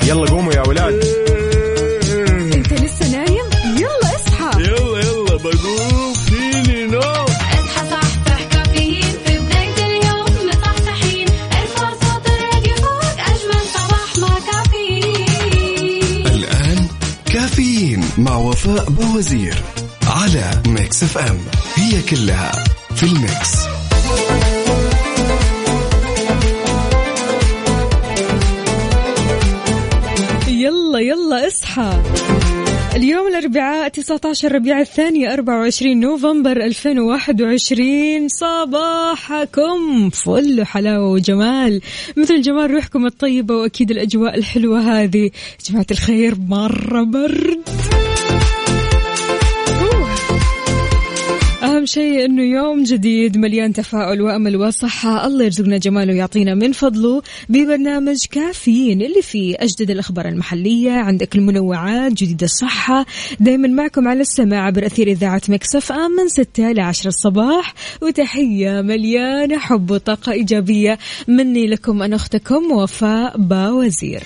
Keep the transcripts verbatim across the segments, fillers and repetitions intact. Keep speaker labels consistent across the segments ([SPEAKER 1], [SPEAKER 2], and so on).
[SPEAKER 1] يلا قوموا يا ولاد.
[SPEAKER 2] انت لسه نايم؟ يلا اصحى.
[SPEAKER 1] يلا يلا بقوم فيني نوم.
[SPEAKER 3] اصحى صحصح كافيين في بداية اليوم مصحصحين. ارفع صوت الراديو فوق أجمل صباح مع كافيين.
[SPEAKER 4] الآن كافيين مع وفاء بوزير على ميكس اف ام. هي كلها في الميكس.
[SPEAKER 2] يلا يلا اصحى. اليوم الأربعاء تسعة عشر ربيع الثاني أربعة وعشرين نوفمبر ألفين وواحد وعشرين. صباحكم فل حلاوة وجمال مثل جمال روحكم الطيبة، وأكيد الأجواء الحلوة هذه. جماعة الخير مرة برد. أهم شيء أنه يوم جديد مليان تفاؤل وأمل وصحة. الله يرزقنا جماله ويعطينا من فضله ببرنامج كافيين اللي فيه أجدد الأخبار المحلية، عندك المنوعات، جديد الصحة، دايما معكم على السماع عبر أثير إذاعة ميكس اف ام من ستة إلى عشرة الصباح. وتحية مليانة حب وطاقة إيجابية مني لكم أنا أختكم وفاء باوزير.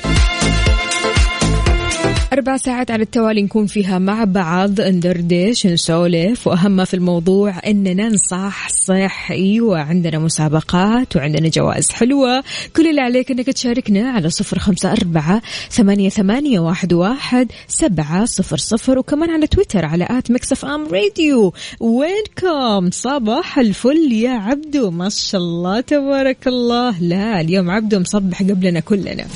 [SPEAKER 2] أربع ساعات على التوالي نكون فيها مع بعض، ندردش نسولف، وأهم في الموضوع إننا نصح صحي، وعندنا مسابقات وعندنا جوائز حلوة. كل اللي عليك إنك تشاركنا على صفر خمسة أربعة ثمانية ثمانية واحد واحد سبعة صفر صفر، وكمان على تويتر على آت ميكس اف ام راديو. وينكم صباح الفل يا عبدو، ما شاء الله تبارك الله. لا اليوم عبدو مصبح قبلنا كلنا.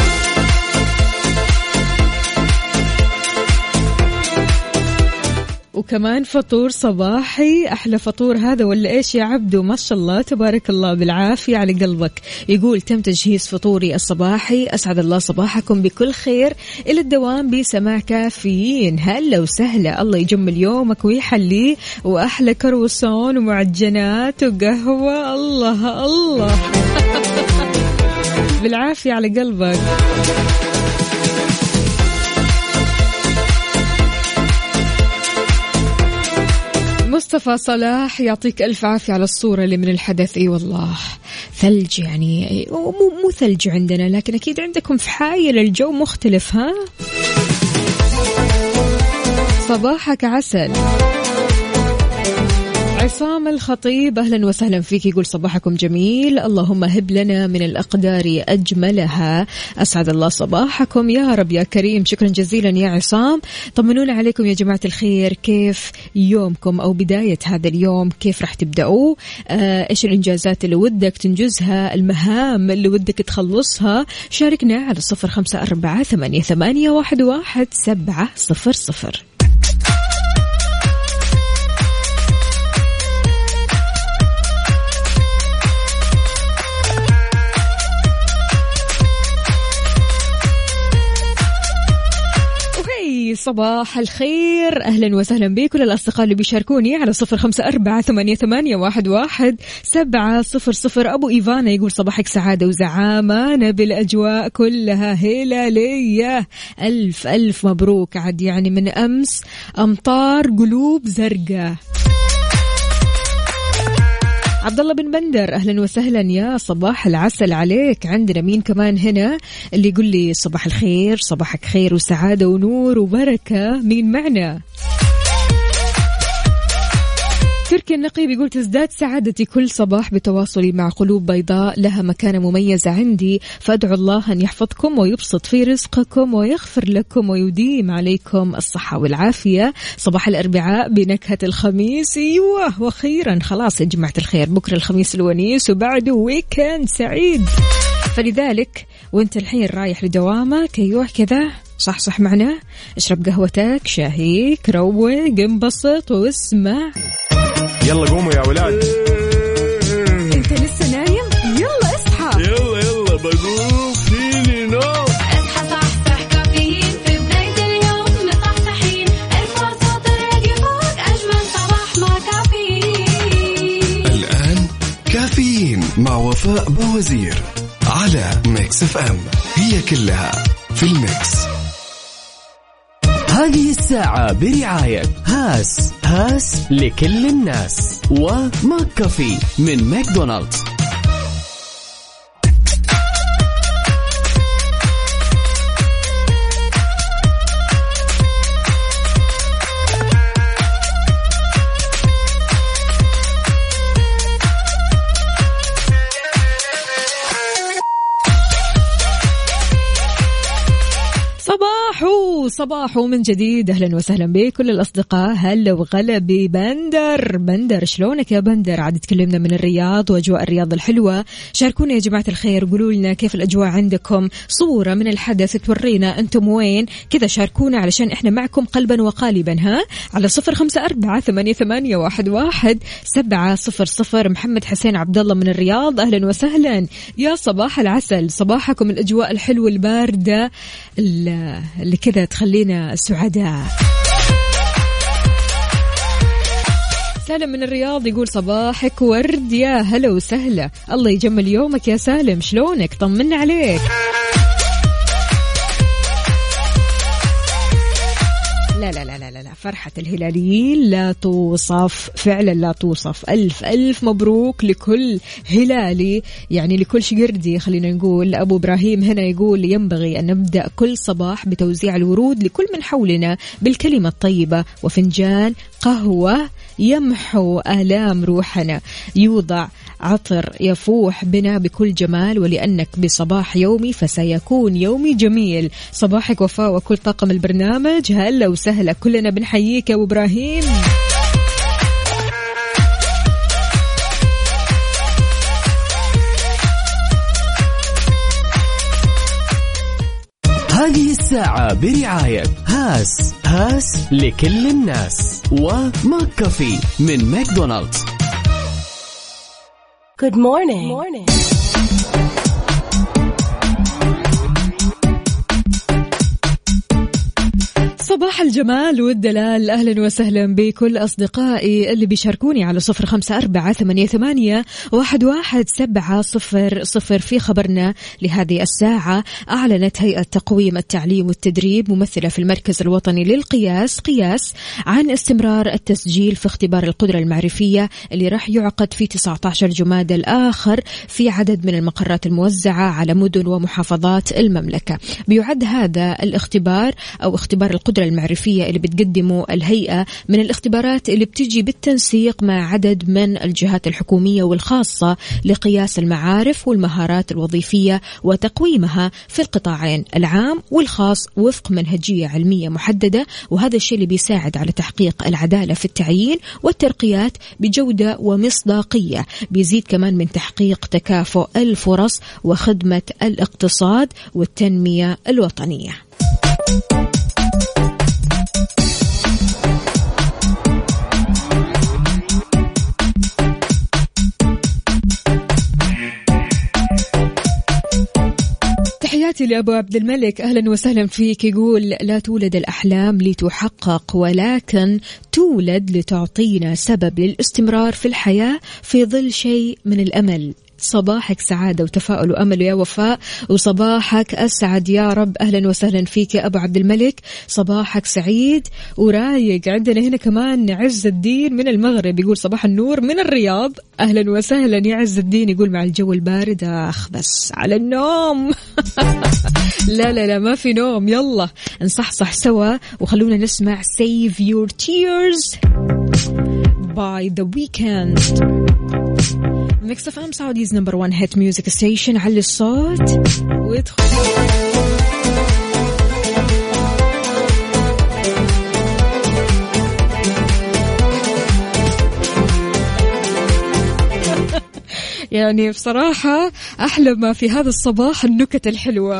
[SPEAKER 2] وكمان فطور صباحي، أحلى فطور هذا ولا إيش يا عبدو؟ ما شاء الله تبارك الله، بالعافية على قلبك. يقول تم تجهيز فطوري الصباحي، أسعد الله صباحكم بكل خير، إلى الدوام بسماع كافيين. هلا وسهلا، الله يجمل يومك ويحليه، وأحلى كروسون ومعجنات وقهوة. الله الله بالعافية على قلبك. مصطفى صلاح يعطيك ألف عافية على الصورة اللي من الحدث. إي والله ثلج، يعني مو مو ثلج عندنا، لكن أكيد عندكم في حايل الجو مختلف. ها صباحك عسل. عصام الخطيب أهلا وسهلا فيك، يقول صباحكم جميل، اللهم هب لنا من الأقدار أجملها. أسعد الله صباحكم يا رب يا كريم. شكرا جزيلا يا عصام. طمنونا عليكم يا جماعة الخير، كيف يومكم أو بداية هذا اليوم؟ كيف راح تبدأوا؟ آه إيش الإنجازات اللي ودك تنجزها؟ المهام اللي ودك تخلصها؟ شاركنا على صفر خمسة أربعة ثمانية ثمانية واحد واحد سبعة صفر صفر. صباح الخير، أهلا وسهلا بكل الأصدقاء اللي بيشاركوني على صفر خمسة أربعة ثمانية ثمانية واحد واحد سبعة صفر صفر. أبو إيفانا يقول صباحك سعادة وزعامة، نبي الأجواء كلها هلالية. ألف ألف مبروك، عاد يعني من أمس أمطار قلوب زرقاء. عبد الله بن بندر أهلا وسهلا، يا صباح العسل عليك. عندنا مين كمان هنا اللي يقول لي صباح الخير؟ صباحك خير وسعادة ونور وبركة. مين معنا؟ تركي النقي بيقول تزداد سعادتي كل صباح بتواصلي مع قلوب بيضاء لها مكانة مميزة عندي، فأدعو الله أن يحفظكم ويبسط في رزقكم ويغفر لكم ويديم عليكم الصحة والعافية. صباح الأربعاء بنكهة الخميس. ايوه واخيرا خلاص يا جماعة الخير، بكرة الخميس الونيس وبعده ويكند سعيد. فلذلك وانت الحين رايح لدوامك ايوه كذا صح صح معنا، اشرب قهوتك، شاهيك، روق، انبسط واسمع.
[SPEAKER 1] يلا قوموا يا ولاد.
[SPEAKER 2] انت لسه نايم؟ يلا اصحى.
[SPEAKER 1] يلا يلا بقوم فيني نوم.
[SPEAKER 3] اصحى صحصح كافيين في بداية اليوم مصحصحين. ارفع صوت الراديو فوق أجمل صباح مع كافيين.
[SPEAKER 4] الآن كافيين مع وفاء بوزير على ميكس اف ام. هي كلها في الميكس.
[SPEAKER 5] هذه الساعة برعاية هاس هاس لكل الناس، وماك كافي من ماكدونالدز.
[SPEAKER 2] صباحو صباحو من جديد. أهلا وسهلا بكل الأصدقاء. هلا وغلا ببندر. بندر شلونك يا بندر؟ عاد تكلمنا من الرياض وأجواء الرياض الحلوة. شاركونا يا جماعة الخير، قولوا لنا كيف الأجواء عندكم، صورة من الحدث تورينا أنتم وين كذا. شاركونا علشان إحنا معكم قلبا وقالبا. ها على صفر خمسة أربعة ثمانية ثمانية واحد واحد سبعة صفر صفر. محمد حسين عبد الله من الرياض، أهلا وسهلا يا صباح العسل. صباحكم الأجواء الحلوة الباردة اللي كذا تخلينا سعداء. سالم من الرياض يقول صباحك ورد، يا هلا وسهلا، الله يجمل يومك يا سالم. شلونك؟ طمنا عليك. لا لا لا لا لا فرحة الهلاليين لا توصف، فعلا لا توصف. ألف ألف مبروك لكل هلالي، يعني لكل شقردي. خلينا نقول أبو إبراهيم هنا يقول ينبغي أن نبدأ كل صباح بتوزيع الورود لكل من حولنا بالكلمة الطيبة وفنجان قهوة يمحو آلام روحنا، يوضع عطر يفوح بنا بكل جمال، ولأنك بصباح يومي فسيكون يومي جميل. صباحك وفاء وكل طاقم البرنامج، هلا وسهلا، كلنا بنحييك يا أبو إبراهيم.
[SPEAKER 5] هذه الساعة برعاية هاس. هاس لكل الناس، وماك كافي من ماكدونالدز.
[SPEAKER 6] Good morning. Good morning.
[SPEAKER 2] صباح الجمال والدلال. أهلا وسهلا بكل أصدقائي اللي بيشاركوني على صفر خمسة أربعة ثمانية ثمانية واحد واحد سبعة صفر صفر. في خبرنا لهذه الساعة، أعلنت هيئة تقويم التعليم والتدريب ممثلة في المركز الوطني للقياس قياس عن استمرار التسجيل في اختبار القدرة المعرفية اللي راح يعقد في تسعة عشر جمادى الآخر في عدد من المقرات الموزعة على مدن ومحافظات المملكة. بيعد هذا الاختبار أو اختبار القدرة المعرفية اللي بتقدمه الهيئة من الاختبارات اللي بتجي بالتنسيق مع عدد من الجهات الحكومية والخاصة لقياس المعارف والمهارات الوظيفية وتقويمها في القطاعين العام والخاص وفق منهجية علمية محددة، وهذا الشيء اللي بيساعد على تحقيق العدالة في التعيين والترقيات بجودة ومصداقية. بيزيد كمان من تحقيق تكافؤ الفرص وخدمة الاقتصاد والتنمية الوطنية. تحياتي لأبو عبد الملك، أهلا وسهلا فيك. يقول لا تولد الأحلام لتحقق، ولكن تولد لتعطينا سبب للاستمرار في الحياة في ظل شيء من الأمل. صباحك سعادة وتفاؤل وأمل يا وفاء، وصباحك أسعد يا رب. أهلا وسهلا فيك يا أبو عبد الملك، صباحك سعيد ورايق. عندنا هنا كمان عز الدين من المغرب يقول صباح النور من الرياض، أهلا وسهلا يا عز الدين. يقول مع الجو البارد أخ بس على النوم. لا لا لا ما في نوم، يلا نصحصح سوا وخلونا نسمع Save Your Tears by The Weeknd. ميكس اف ام سعوديز نمبر وان هيت ميوزك ستيشن. علي الصوت وادخل. يعني بصراحة أحلى ما في هذا الصباح النكت الحلوة.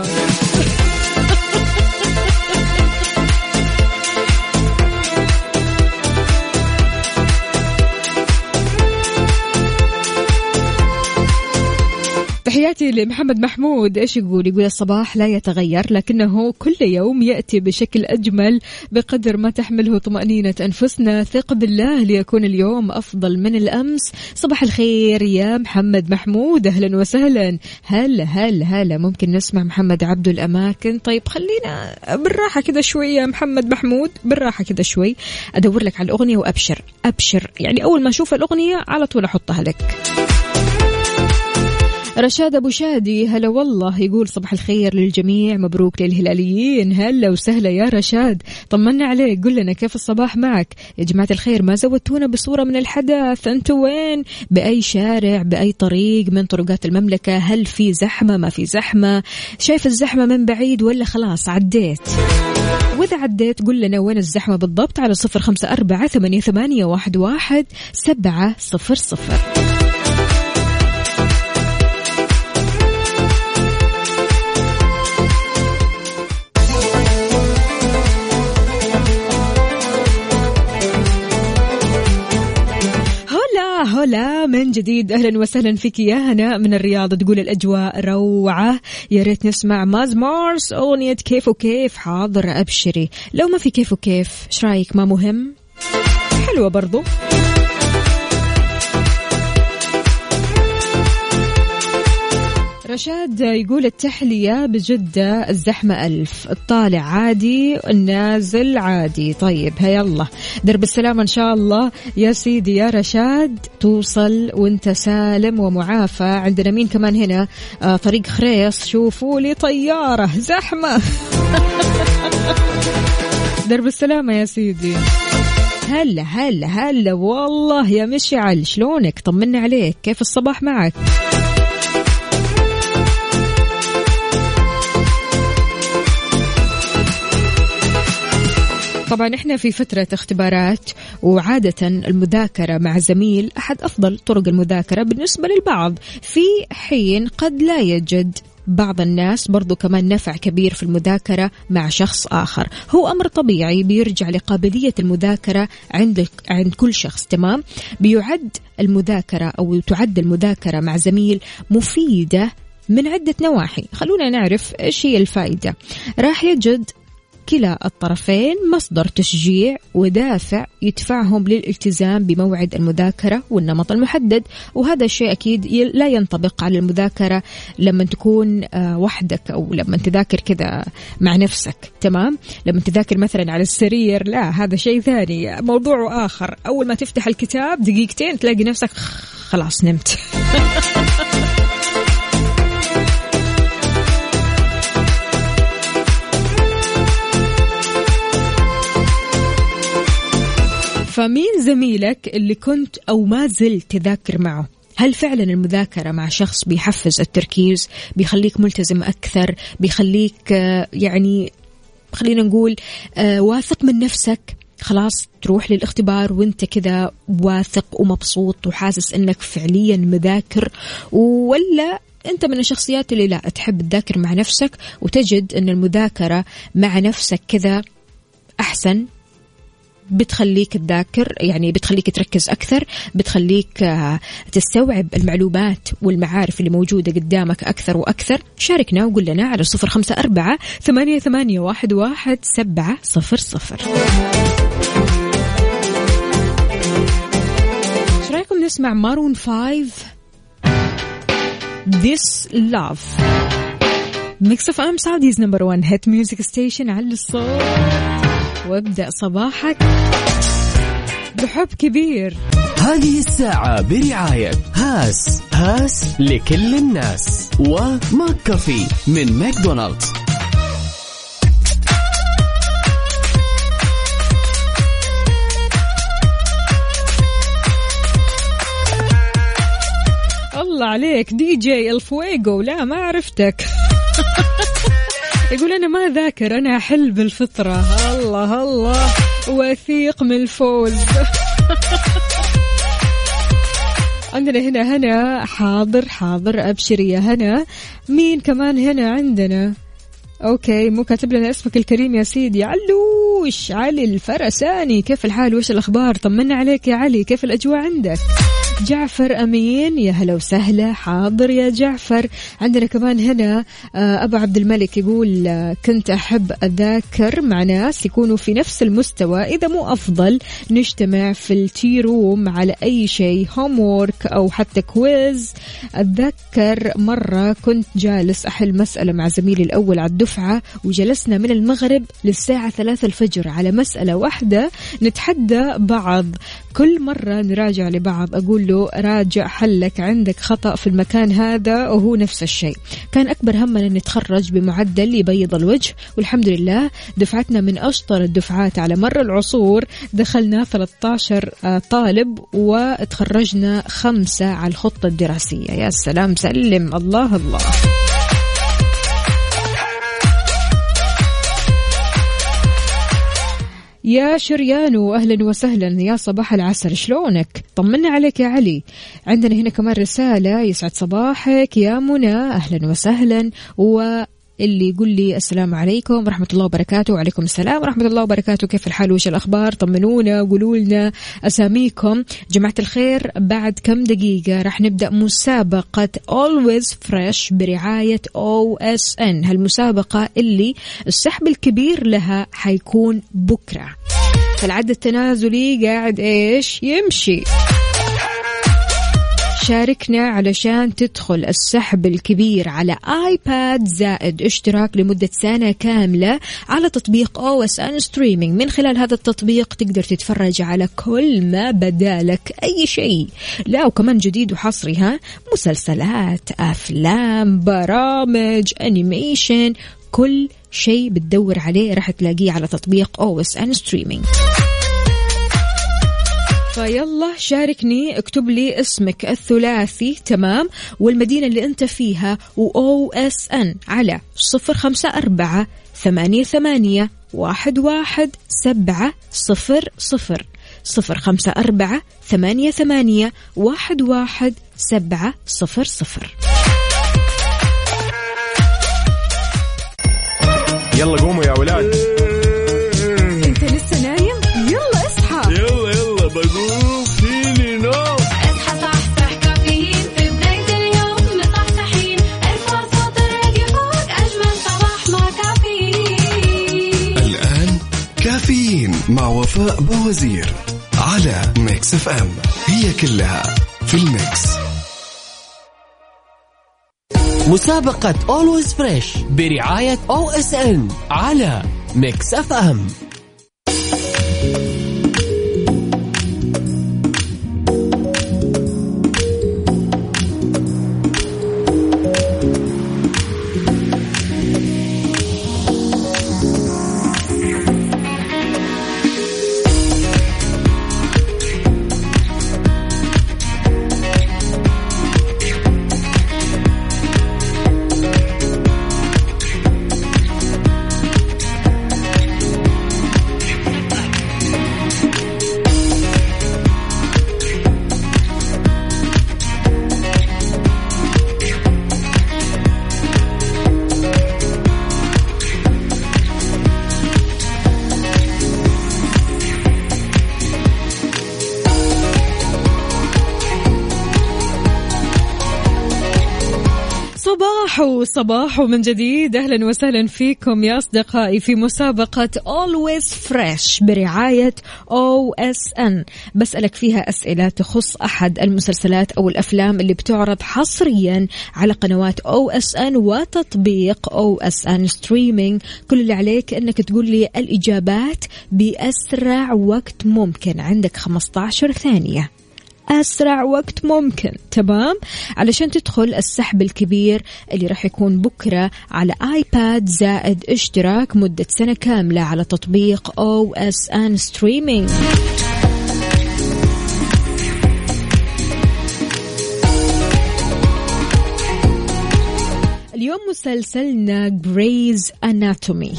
[SPEAKER 2] تحياتي لمحمد محمود. إيش يقول؟ يقول الصباح لا يتغير لكنه كل يوم يأتي بشكل أجمل بقدر ما تحمله طمأنينة أنفسنا. ثق بالله ليكون اليوم أفضل من الأمس. صباح الخير يا محمد محمود، أهلا وسهلا. هلا هلا هلا. ممكن نسمع محمد عبده الأماكن؟ طيب خلينا بالراحة كذا شوي يا محمد محمود، بالراحة كذا شوي. أدور لك على الأغنية وأبشر أبشر، يعني أول ما أشوف الأغنية على طول أحطها لك. رشاد أبو شادي هلا والله، يقول صباح الخير للجميع، مبروك للهلاليين. هلا وسهلا يا رشاد، طمنا عليك، قل لنا كيف الصباح معك يا جماعة الخير. ما زودتونا بصورة من الحدث، أنتوا وين؟ بأي شارع، بأي طريق من طرقات المملكة؟ هل في زحمة ما في زحمة؟ شايف الزحمة من بعيد ولا خلاص عديت؟ وإذا عديت قل لنا وين الزحمة بالضبط على صفر خمسة أربعة ثمانية ثمانية واحد واحد سبعة صفر صفر. هلا من جديد، أهلا وسهلا فيك يا هنا من الرياض، تقول الأجواء روعة، يا ريت نسمع ماز مارس أغنية كيف وكيف. حاضر أبشري، لو ما في كيف وكيف إيش رايك؟ ما مهم، حلوة برضو. رشاد يقول التحلية بجدة الزحمة ألف، الطالع عادي النازل عادي. طيب هيلا درب السلامة إن شاء الله يا سيدي يا رشاد، توصل وانت سالم ومعافى. عندنا مين كمان هنا؟ آه طريق خريص، شوفوا لي طيارة زحمة. درب السلامة يا سيدي. هلا هلا هلا والله يا مشعل، شلونك؟ طمنا عليك، كيف الصباح معك؟ طبعا احنا في فترة اختبارات، وعادة المذاكرة مع زميل أحد أفضل طرق المذاكرة بالنسبة للبعض، في حين قد لا يجد بعض الناس برضو كمان نفع كبير في المذاكرة مع شخص آخر. هو أمر طبيعي بيرجع لقابلية المذاكرة عند عند كل شخص. تمام، بيعد المذاكرة أو تعد المذاكرة مع زميل مفيدة من عدة نواحي. خلونا نعرف إيش هي الفائدة. راح يجد كلا الطرفين مصدر تشجيع ودافع يدفعهم للالتزام بموعد المذاكرة والنمط المحدد، وهذا الشيء أكيد لا ينطبق على المذاكرة لما تكون وحدك أو لما تذاكر كذا مع نفسك. تمام، لما تذاكر مثلا على السرير لا، هذا شيء ثاني، موضوع آخر. أول ما تفتح الكتاب دقيقتين تلاقي نفسك خلاص نمت. فمين زميلك اللي كنت أو ما زلت تذاكر معه؟ هل فعلا المذاكرة مع شخص بيحفز التركيز، بيخليك ملتزم أكثر، بيخليك يعني خلينا نقول واثق من نفسك؟ خلاص تروح للاختبار وانت كذا واثق ومبسوط وحاسس انك فعليا مذاكر، ولا انت من الشخصيات اللي لا تحب تذاكر مع نفسك وتجد ان المذاكرة مع نفسك كذا أحسن، بتخليك تذاكر، يعني بتخليك تركز أكثر، بتخليك تستوعب المعلومات والمعارف اللي موجودة قدامك أكثر وأكثر؟ شاركنا وقول لنا على صفر خمسة أربعة ثمانية ثمانية واحد واحد سبعة صفر صفر. ايش رأيكم نسمع مارون فايف This Love؟ ميكس اف ام سعوديز نمبر وان هيت ميوزك ستيشن، على الصوت وابدأ صباحك بحب كبير.
[SPEAKER 5] هذه الساعة برعاية هاس، هاس لكل الناس، وماك كافي من ماكدونالدز.
[SPEAKER 2] الله عليك دي جي الفويغو، لا ما عرفتك. يقول أنا ما ذاكر، أنا أحل بالفطرة. الله الله، وثيق من الفوز. عندنا هنا هنا، حاضر حاضر أبشري يا هنا. مين كمان هنا عندنا؟ أوكي، مو كاتب لنا اسمك الكريم يا سيدي. علوش علي الفرساني، كيف الحال وش الأخبار؟ طمنا عليك يا علي، كيف الأجواء عندك؟ جعفر أمين، يا هلا وسهلا. حاضر يا جعفر. عندنا كمان هنا أبو عبد الملك، يقول كنت أحب أذاكر مع ناس يكونوا في نفس المستوى، إذا مو أفضل نجتمع في التي روم على أي شيء، هوم وورك أو حتى كويز. أتذكر مرة كنت جالس أحل مسألة مع زميلي الأول على الدفعة، وجلسنا من المغرب للساعة ثلاثة الفجر على مسألة واحدة، نتحدى بعض، كل مرة نراجع لبعض. أقول نقول له راجع حلك، عندك خطأ في المكان هذا وهو نفس الشيء. كان أكبر همنا نتخرج بمعدل يبيض الوجه، والحمد لله دفعتنا من أشطر الدفعات على مر العصور، دخلنا ثلاثة عشر طالب وتخرجنا خمسة على الخطة الدراسية. يا سلام، سلم الله الله. يا شريانو أهلا وسهلا، يا صباح العسل، شلونك؟ طمنا عليك يا علي. عندنا هنا كمان رسالة، يسعد صباحك يا منى، أهلا وسهلا. واللي يقول لي السلام عليكم ورحمة الله وبركاته. وعليكم السلام ورحمة الله وبركاته، كيف الحال وش الأخبار؟ طمنونا، قولوا لنا أساميكم. جماعة الخير، بعد كم دقيقة راح نبدأ مسابقة Always Fresh برعاية أو إس إن، هالمسابقة اللي السحب الكبير لها حيكون بكرة، فالعد التنازلي قاعد إيش يمشي. شاركنا علشان تدخل السحب الكبير على آيباد زائد اشتراك لمدة سنة كاملة على تطبيق أو إس إن ستريمينج. من خلال هذا التطبيق تقدر تتفرج على كل ما بدالك، أي شيء، لا وكمان جديد وحصري، ها، مسلسلات، أفلام، برامج، أنيميشن، كل شيء بتدور عليه راح تلاقيه على تطبيق أو إس إن ستريمينج. فيلا شاركني، اكتب لي اسمك الثلاثي تمام والمدينة اللي انت فيها و إس إن على صفر خمسة أربعة ثمانية ثمانية واحد واحد سبعة صفر صفر صفر خمسة أربعة ثمانية ثمانية واحد واحد سبعة صفر صفر.
[SPEAKER 1] يلا قوموا يا ولاد.
[SPEAKER 2] انت لسه نايم؟ يلا اصحى.
[SPEAKER 1] يلا يلا بقوم فيني نوم.
[SPEAKER 3] اصحى صحصح كافيين في بداية اليوم مصحصحين، ارفع صوت الراديو فوق أجمل صباح مع كافيين.
[SPEAKER 4] الآن كافيين مع وفاء بوزير على ميكس اف ام، هي كلها في الميكس.
[SPEAKER 5] مسابقة Always Fresh برعاية أو إس إن على ميكس اف ام.
[SPEAKER 2] صباح من جديد، أهلا وسهلا فيكم يا أصدقائي في مسابقة Always Fresh برعاية أو إس إن. بسألك فيها أسئلة تخص أحد المسلسلات أو الأفلام اللي بتعرض حصريا على قنوات أو إس إن وتطبيق أو إس إن ستريمينج. كل اللي عليك أنك تقول لي الإجابات بأسرع وقت ممكن، عندك خمسة عشر ثانية، أسرع وقت ممكن، تمام، علشان تدخل السحب الكبير اللي راح يكون بكرة على آيباد زائد اشتراك مدة سنة كاملة على تطبيق أو إس إن ستريمينج. اليوم مسلسلنا Grey's Anatomy.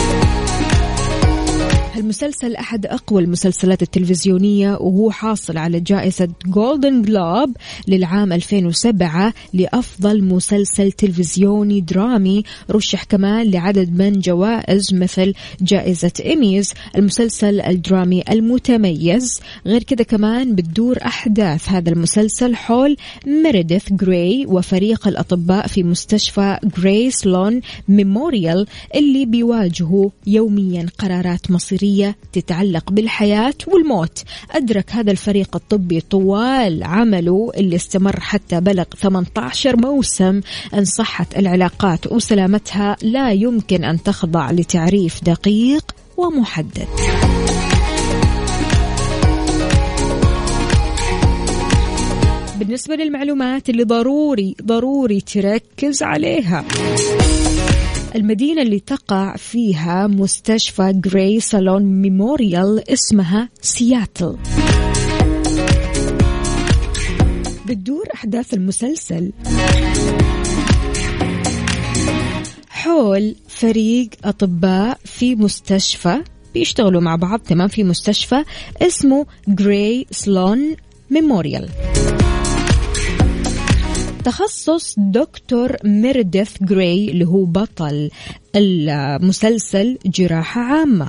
[SPEAKER 2] المسلسل أحد أقوى المسلسلات التلفزيونية، وهو حاصل على جائزة جولدن جلوب للعام ألفين وسبعة لأفضل مسلسل تلفزيوني درامي. رشح كمان لعدد من جوائز مثل جائزة إيميز المسلسل الدرامي المتميز. غير كده كمان بتدور أحداث هذا المسلسل حول ميريديث جراي وفريق الأطباء في مستشفى جريس لون ميموريال اللي بيواجهوا يوميا قرارات مصيرية تتعلق بالحياة والموت. أدرك هذا الفريق الطبي طوال عمله اللي استمر حتى بلغ ثمانية عشر موسم أن صحة العلاقات وسلامتها لا يمكن أن تخضع لتعريف دقيق ومحدد. بالنسبة للمعلومات اللي ضروري ضروري تركز عليها، المدينة اللي تقع فيها مستشفى جراي سالون ميموريال اسمها سياتل. بتدور أحداث المسلسل حول فريق أطباء في مستشفى بيشتغلوا مع بعض، تمام، في مستشفى اسمه جراي سالون ميموريال. تخصص دكتور ميرديث جراي اللي هو بطل المسلسل جراحة عامة.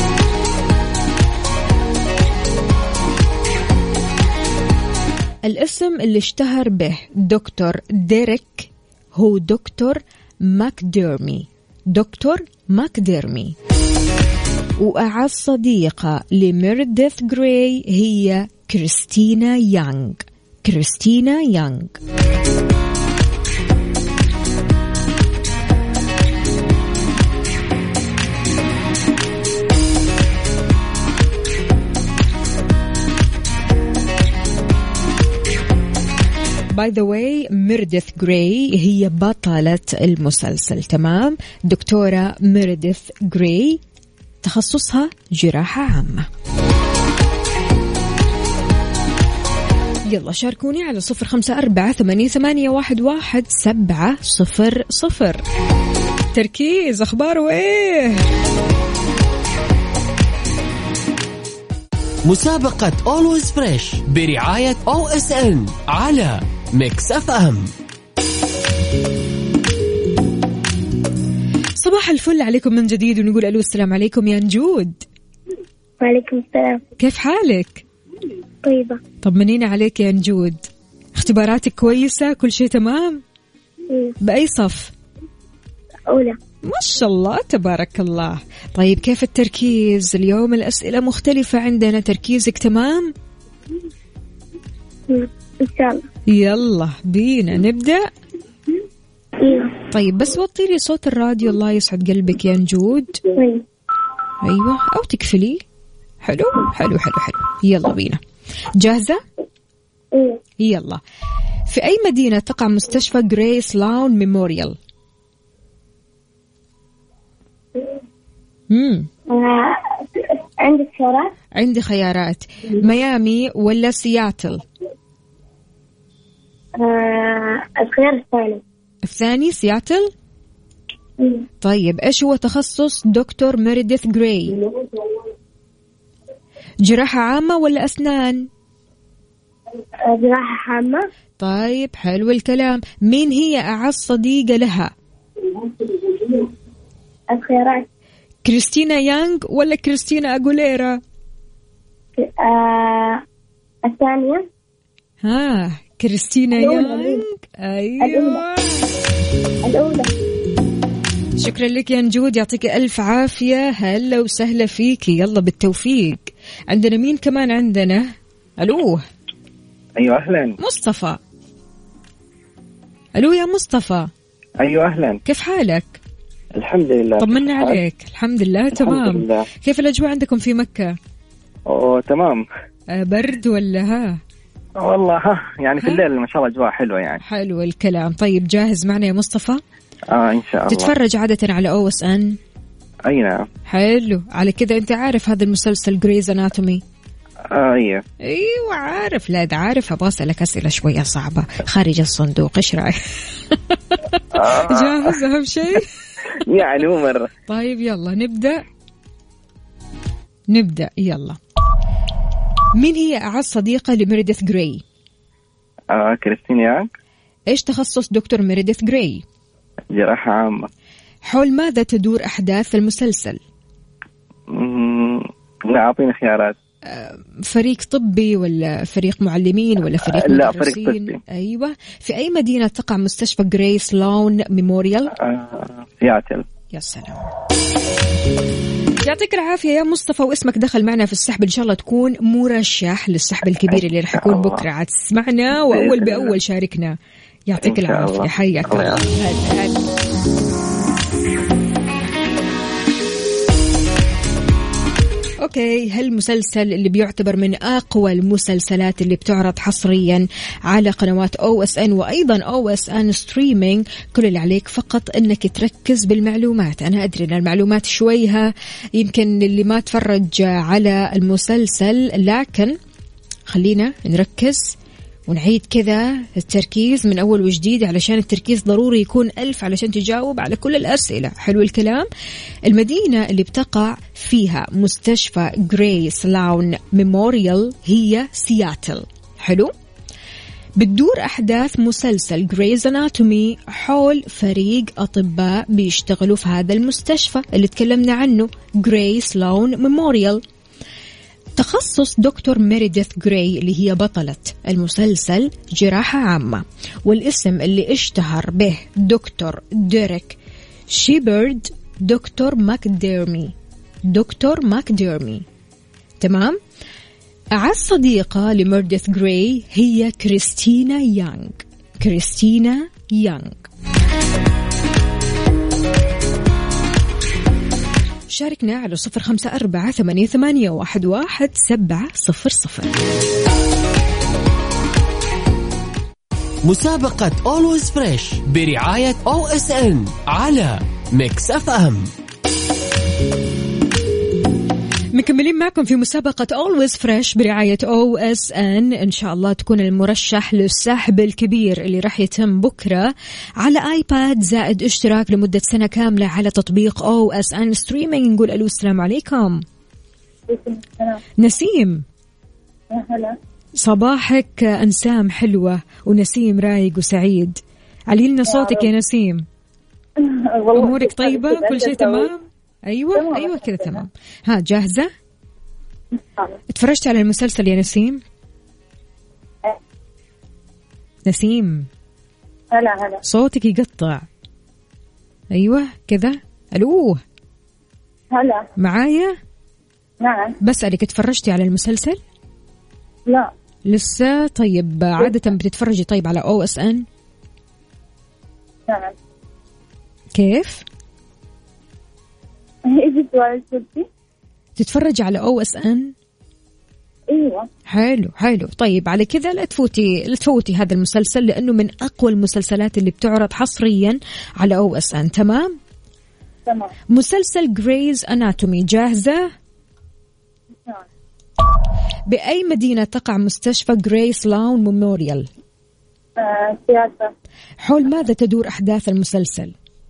[SPEAKER 2] الاسم اللي اشتهر به دكتور ديريك هو دكتور ماكديرمي، دكتور ماكديرمي. وأعز صديقة لميرديث جراي هي كريستينا يانغ، كريستينا يانغ. باي ذا واي ميرديث جراي هي بطلة المسلسل، تمام، دكتورة ميرديث جراي تخصصها جراحة عامة. يلا شاركوني على صفر خمسة أربعة ثمانية ثمانية واحد واحد سبعة صفر صفر. تركيز، أخباره إيه؟
[SPEAKER 5] مسابقة Always Fresh برعاية أو إس إن على ميكس أف أم.
[SPEAKER 2] صباح الفل عليكم من جديد، ونقول ألو السلام عليكم يا نجود.
[SPEAKER 6] وعليكم السلام.
[SPEAKER 2] كيف حالك؟
[SPEAKER 6] طيبة.
[SPEAKER 2] طمنينا عليك يا نجود، اختباراتك كويسة؟ كل شيء تمام؟
[SPEAKER 6] مم.
[SPEAKER 2] بأي صف؟
[SPEAKER 6] أولى.
[SPEAKER 2] ما شاء الله تبارك الله. طيب كيف التركيز اليوم؟ الأسئلة مختلفة عندنا، تركيزك تمام؟
[SPEAKER 6] مم. إن شاء الله.
[SPEAKER 2] يلا بينا نبدأ.
[SPEAKER 6] إيوه.
[SPEAKER 2] طيب بس وطي لي صوت الراديو الله يسعد قلبك يا نجود.
[SPEAKER 6] طيب.
[SPEAKER 2] أيوة، أو تكفلي. حلو حلو حلو حلو. يلا بينا، جاهزة؟
[SPEAKER 6] إيوه.
[SPEAKER 2] يلا. في أي مدينة تقع مستشفى جراي سالون ميموريال؟ امم
[SPEAKER 6] آه. عندك خيارات؟
[SPEAKER 2] عندي خيارات، ميامي ولا سياتل؟
[SPEAKER 6] آه. الخيار الثاني.
[SPEAKER 2] الثاني سياتل؟
[SPEAKER 6] مم.
[SPEAKER 2] طيب إيش هو تخصص دكتور ميرديث جراي؟ جراحة عامة ولا أسنان؟
[SPEAKER 6] آه. جراحة عامة.
[SPEAKER 2] طيب حلو الكلام. مين هي أعز صديقة لها؟
[SPEAKER 6] الخيارات.
[SPEAKER 2] كريستينا يانغ ولا كريستينا أغوليرا؟
[SPEAKER 6] آه. الثانية.
[SPEAKER 2] ها، كريستينا يانغ. أيوة
[SPEAKER 6] الأولى.
[SPEAKER 2] شكرا لك يا نجود، يعطيك ألف عافية. هلا وسهلا فيكي، يلا بالتوفيق. عندنا مين كمان؟ عندنا ألو.
[SPEAKER 7] أيوة أهلا.
[SPEAKER 2] مصطفى. ألو يا مصطفى.
[SPEAKER 7] أيوة أهلا.
[SPEAKER 2] كيف حالك؟
[SPEAKER 7] الحمد لله.
[SPEAKER 2] طمنا عليك. الحمد لله تمام.
[SPEAKER 7] الحمد لله.
[SPEAKER 2] كيف الأجواء عندكم في مكة؟
[SPEAKER 7] أوه تمام.
[SPEAKER 2] أه برد ولا ها؟
[SPEAKER 7] والله ها يعني في الليل ما شاء الله أجواء حلوة يعني.
[SPEAKER 2] حلو الكلام. طيب جاهز معنا يا مصطفى؟
[SPEAKER 7] آه إن شاء الله.
[SPEAKER 2] تتفرج عادة على أو إس إن؟
[SPEAKER 7] أي نعم.
[SPEAKER 2] حلو، على كده أنت عارف هذا المسلسل جريز أناتومي؟
[SPEAKER 7] آه أيه.
[SPEAKER 2] ايوه عارف. لا ده عارف. ابغى اسالك اسئله شويه صعبه خارج الصندوق، ايش رايك؟ جاهز اهم شيء؟
[SPEAKER 7] يعني مو مره.
[SPEAKER 2] طيب يلا نبدا نبدا يلا. مين هي اعز صديقه لميرديث جراي؟
[SPEAKER 7] آه كريستينا يانغ.
[SPEAKER 2] ايش تخصص دكتور ميرديث جراي؟
[SPEAKER 7] جراحة عامة.
[SPEAKER 2] حول ماذا تدور احداث المسلسل؟
[SPEAKER 7] امم لا اعطيني خيارات.
[SPEAKER 2] فريق طبي ولا فريق معلمين ولا فريق
[SPEAKER 7] لا
[SPEAKER 2] مدرسين؟
[SPEAKER 7] فريق طبي.
[SPEAKER 2] أيوة. في أي مدينة تقع مستشفى جراي سالون ميموريال؟
[SPEAKER 7] آه سياتل.
[SPEAKER 2] يا سلام، يعطيك العافية يا مصطفى. واسمك دخل معنا في السحب، إن شاء الله تكون مرشح للسحب الكبير اللي رح يكون بكرة. عاد تسمعنا وأول بأول شاركنا. يعطيك العافية، حياك الله. هلا هلا. اوكي، هالمسلسل اللي بيعتبر من اقوى المسلسلات اللي بتعرض حصريا على قنوات او اس ان وايضا او اس ان ستريمينج. كل اللي عليك فقط انك تركز بالمعلومات. انا ادري ان المعلومات شويها يمكن اللي ما تفرج على المسلسل، لكن خلينا نركز ونعيد كذا التركيز من أول وجديد، علشان التركيز ضروري يكون ألف علشان تجاوب على كل الأسئلة. حلو الكلام. المدينة اللي بتقع فيها مستشفى غراي سلاون ميموريال هي سياتل. حلو. بتدور أحداث مسلسل غريز أناتومي حول فريق أطباء بيشتغلوا في هذا المستشفى اللي تكلمنا عنه، غراي سلاون ميموريال. تخصص دكتور ميريديث غراي اللي هي بطلة المسلسل جراحة عامة، والاسم اللي اشتهر به دكتور ديريك شيبرد دكتور ماكديرمي. دكتور ماكديرمي. تمام. أعز صديقة لميريديث غراي هي كريستينا يانغ. كريستينا يانغ. شاركنا على صفر خمسة أربعة ثمانية ثمانية واحد واحد سبعة صفر صفر.
[SPEAKER 5] مسابقة Always Fresh برعاية أو إس إن على ميكس إف إم.
[SPEAKER 2] مكملين معكم في مسابقة Always Fresh برعاية أو إس إن. إن شاء الله تكون المرشح للسحب الكبير اللي راح يتم بكرة على آيباد زائد اشتراك لمدة سنة كاملة على تطبيق أو إس إن ستريمينج. نقول ألو السلام عليكم. نسيم.
[SPEAKER 6] هلا.
[SPEAKER 2] صباحك أنسام حلوة ونسيم رايق وسعيد. علي لنا صوتك يا نسيم. أمورك طيبة؟ كل شيء تمام؟ أيوة تمام. أيوة كذا تمام. ها جاهزة؟ اتفرجت على المسلسل يا نسيم؟ نسيم
[SPEAKER 6] هلا هلا.
[SPEAKER 2] صوتك يقطع. أيوة كذا. ألو
[SPEAKER 6] هلا
[SPEAKER 2] معايا؟
[SPEAKER 6] نعم.
[SPEAKER 2] بسألك اتفرجتي على المسلسل؟
[SPEAKER 6] لا
[SPEAKER 2] لسه. طيب عادة بتتفرجي طيب على أو إس إن؟
[SPEAKER 6] نعم.
[SPEAKER 2] كيف؟
[SPEAKER 6] ايش السؤال السؤال؟
[SPEAKER 2] تتفرج على أو إس إن؟
[SPEAKER 6] ايوه.
[SPEAKER 2] حلو حلو. طيب على كذا لا تفوتي لا تفوتي هذا المسلسل لأنه من أقوى المسلسلات اللي بتعرض حصريا على أو إس إن. تمام؟
[SPEAKER 6] تمام.
[SPEAKER 2] مسلسل غريز أناتومي. جاهزة؟
[SPEAKER 6] نعم.
[SPEAKER 2] بأي مدينة تقع مستشفى غراي سلاون ميموريال؟
[SPEAKER 6] آه، سياسة.
[SPEAKER 2] حول ماذا تدور أحداث المسلسل؟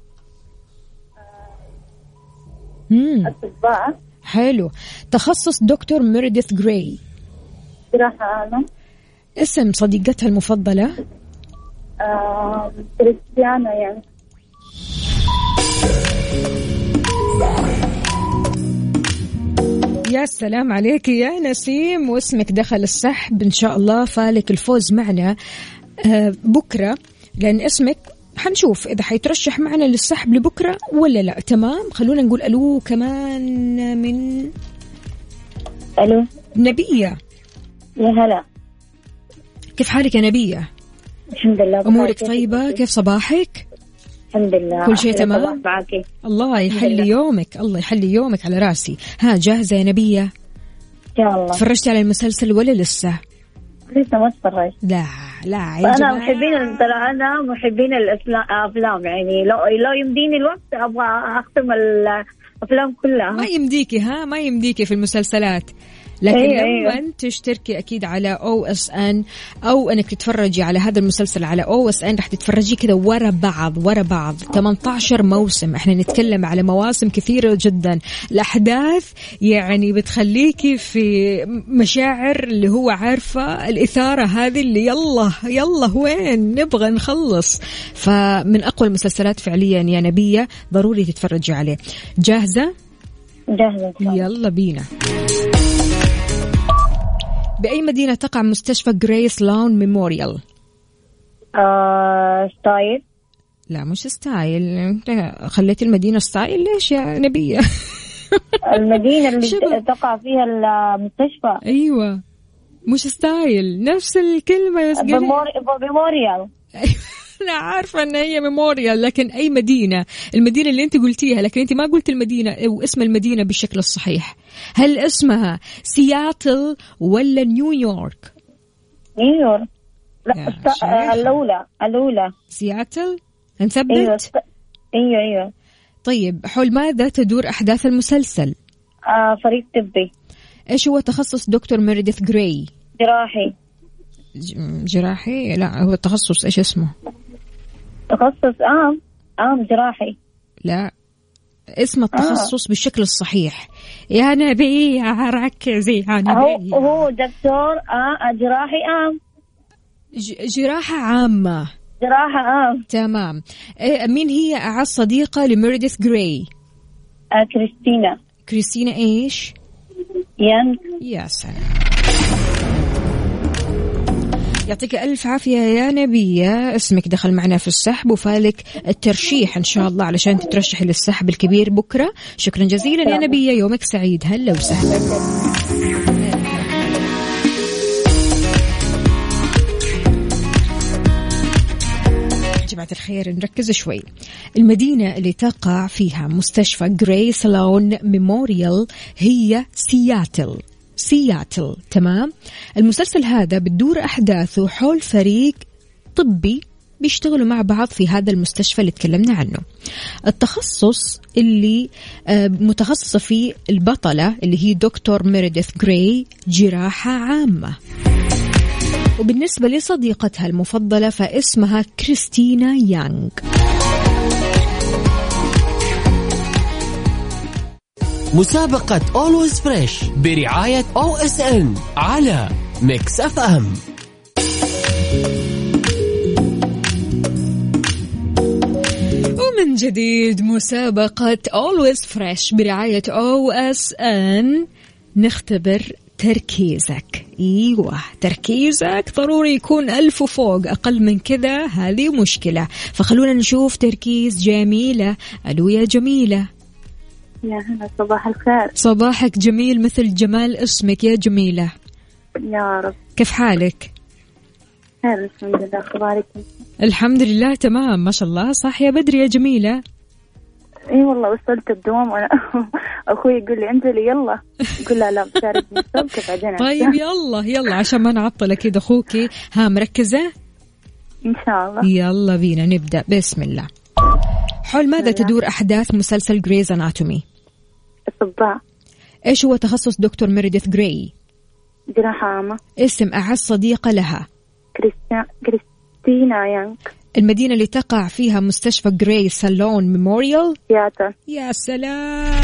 [SPEAKER 2] امم
[SPEAKER 6] أطباء.
[SPEAKER 2] حلو. تخصص دكتور ميريديث غراي.
[SPEAKER 6] جراحة عامة.
[SPEAKER 2] اسم صديقتها المفضلة؟
[SPEAKER 6] آه، كريستيانا يعني.
[SPEAKER 2] يا سلام عليك يا نسيم، واسمك دخل السحب إن شاء الله. فالك الفوز معنا آه بكرة، لأن اسمك حنشوف إذا حيترشح معنا للسحب لبكرة ولا لا. تمام. خلونا نقول ألو كمان من
[SPEAKER 6] ألو
[SPEAKER 2] نبية.
[SPEAKER 6] يا هلا.
[SPEAKER 2] كيف حالك يا نبية؟
[SPEAKER 6] الحمد لله.
[SPEAKER 2] أمورك طيبة؟ كيف صباحك؟
[SPEAKER 6] الحمد لله.
[SPEAKER 2] كل شيء تمام؟ الله يحلي يومك. الله يحلي يومك على راسي. ها جاهزة يا نبية؟
[SPEAKER 6] إن شاء الله.
[SPEAKER 2] تفرجتي على المسلسل ولا لسه؟
[SPEAKER 6] لسه ما اتفرجت.
[SPEAKER 2] لا لا
[SPEAKER 6] أنا محبين ترى أنا محبين الأفلام يعني لو لو يمديني الوقت أبغى أختم الأفلام كلها.
[SPEAKER 2] ما يمديكي ها ما يمديكي في المسلسلات، لكن
[SPEAKER 6] أيوة
[SPEAKER 2] لما
[SPEAKER 6] أيوة.
[SPEAKER 2] تشتركي أكيد على أو إس إن أو أنك تتفرجي على هذا المسلسل على أو إس إن رح تتفرجي كذا ورا بعض ورا بعض. ثمانية عشر موسم، احنا نتكلم على مواسم كثيرة جدا. الأحداث يعني بتخليكي في مشاعر اللي هو عارفة الإثارة هذه اللي يلا يلا وين نبغى نخلص. فمن أقوى المسلسلات فعليا يا نبية، ضروري تتفرجي عليه. جاهزة؟
[SPEAKER 6] جاهزة.
[SPEAKER 2] يلا بينا. بأي مدينة تقع مستشفى غراي سلاون ميموريال؟
[SPEAKER 6] آه، ستايل.
[SPEAKER 2] لا مش ستايل، خليت المدينة ستايل ليش يا نبية؟
[SPEAKER 6] المدينة اللي تقع فيها المستشفى.
[SPEAKER 2] أيوة مش ستايل، نفس الكلمة بس
[SPEAKER 6] ميموريال.
[SPEAKER 2] أنا عارفة أن هي ميموريال، لكن أي مدينة؟ المدينة اللي أنت قلتيها، لكن أنت ما قلت المدينة أو اسم المدينة بالشكل الصحيح. هل اسمها سياتل ولا نيويورك؟
[SPEAKER 6] نيويورك. لا
[SPEAKER 2] يا
[SPEAKER 6] است...
[SPEAKER 2] شيخة.
[SPEAKER 6] الأولى الأولى
[SPEAKER 2] سياتل. نثبت؟
[SPEAKER 6] أيوة است... أيوة أيوة.
[SPEAKER 2] طيب، حول ماذا تدور أحداث المسلسل؟
[SPEAKER 6] آه فريق طبي.
[SPEAKER 2] إيش هو تخصص دكتور ميريديث جراي؟
[SPEAKER 6] جراحي.
[SPEAKER 2] ج- جراحي؟ لا، هو التخصص إيش اسمه؟
[SPEAKER 6] تخصص آم آم جراحي.
[SPEAKER 2] لا، اسم التخصص آه. بالشكل الصحيح يا نبي، ركزي يا نبي.
[SPEAKER 6] هو هو دكتور آه جراحي آم.
[SPEAKER 2] ج- جراحة عامة.
[SPEAKER 6] جراحة آم.
[SPEAKER 2] تمام. إيه، مين هي أعز صديقة لميريديث جراي؟
[SPEAKER 6] آه كريستينا.
[SPEAKER 2] كريستينا إيش؟
[SPEAKER 6] يانج.
[SPEAKER 2] يا سلام، يعطيك ألف عافية يا نبية. اسمك دخل معنا في السحب وفالك الترشيح إن شاء الله علشان تترشحي للسحب الكبير بكرة. شكرا جزيلا يا نبية، يومك سعيد. هلا وسهلا. جماعة الخير نركز شوي. المدينة اللي تقع فيها مستشفى جراي سالون ميموريال هي سياتل. سياتل، تمام. المسلسل هذا بتدور أحداثه حول فريق طبي بيشتغلوا مع بعض في هذا المستشفى اللي تكلمنا عنه. التخصص اللي متخصصة فيه البطلة اللي هي دكتور ميريديث جراي جراحة عامة. وبالنسبة لصديقتها المفضلة فاسمها كريستينا يانغ.
[SPEAKER 5] مسابقة Always Fresh برعاية أو إس إن على ميكس أف أم.
[SPEAKER 2] ومن جديد مسابقة Always Fresh برعاية أو إس إن. نختبر تركيزك. ايوه، تركيزك ضروري يكون ألف وفوق، أقل من كذا هذه مشكلة. فخلونا نشوف تركيز جميلة. ألو يا جميلة.
[SPEAKER 8] يا هلا، صباح الخير.
[SPEAKER 2] صباحك جميل مثل جمال اسمك يا جميلة.
[SPEAKER 8] يا رب.
[SPEAKER 2] كيف حالك؟
[SPEAKER 8] خير الحمد لله، أخباركم؟
[SPEAKER 2] الحمد لله تمام ما شاء الله. صح يا بدري يا جميلة؟
[SPEAKER 8] اي والله وصلت الدوام وانا اخوي يقول لي انزلي يلا، قل لا لا بشارك مسابقة بعدين.
[SPEAKER 2] طيب يلا يلا عشان ما نعطل اكيد اخوكي. ها مركزة؟
[SPEAKER 8] ان شاء الله.
[SPEAKER 2] يلا بينا نبدأ. بسم الله. حول ماذا تدور أحداث مسلسل جريز أناتومي؟
[SPEAKER 8] الصباع.
[SPEAKER 2] إيش هو تخصص دكتور ميريديث جراي؟
[SPEAKER 8] جراحة عامة.
[SPEAKER 2] اسم أعز صديقة لها؟
[SPEAKER 8] كريستينا كريستينا يانغ.
[SPEAKER 2] المدينة اللي تقع فيها مستشفى جراي سالون ميموريال؟
[SPEAKER 8] سياتل.
[SPEAKER 2] يا سلام،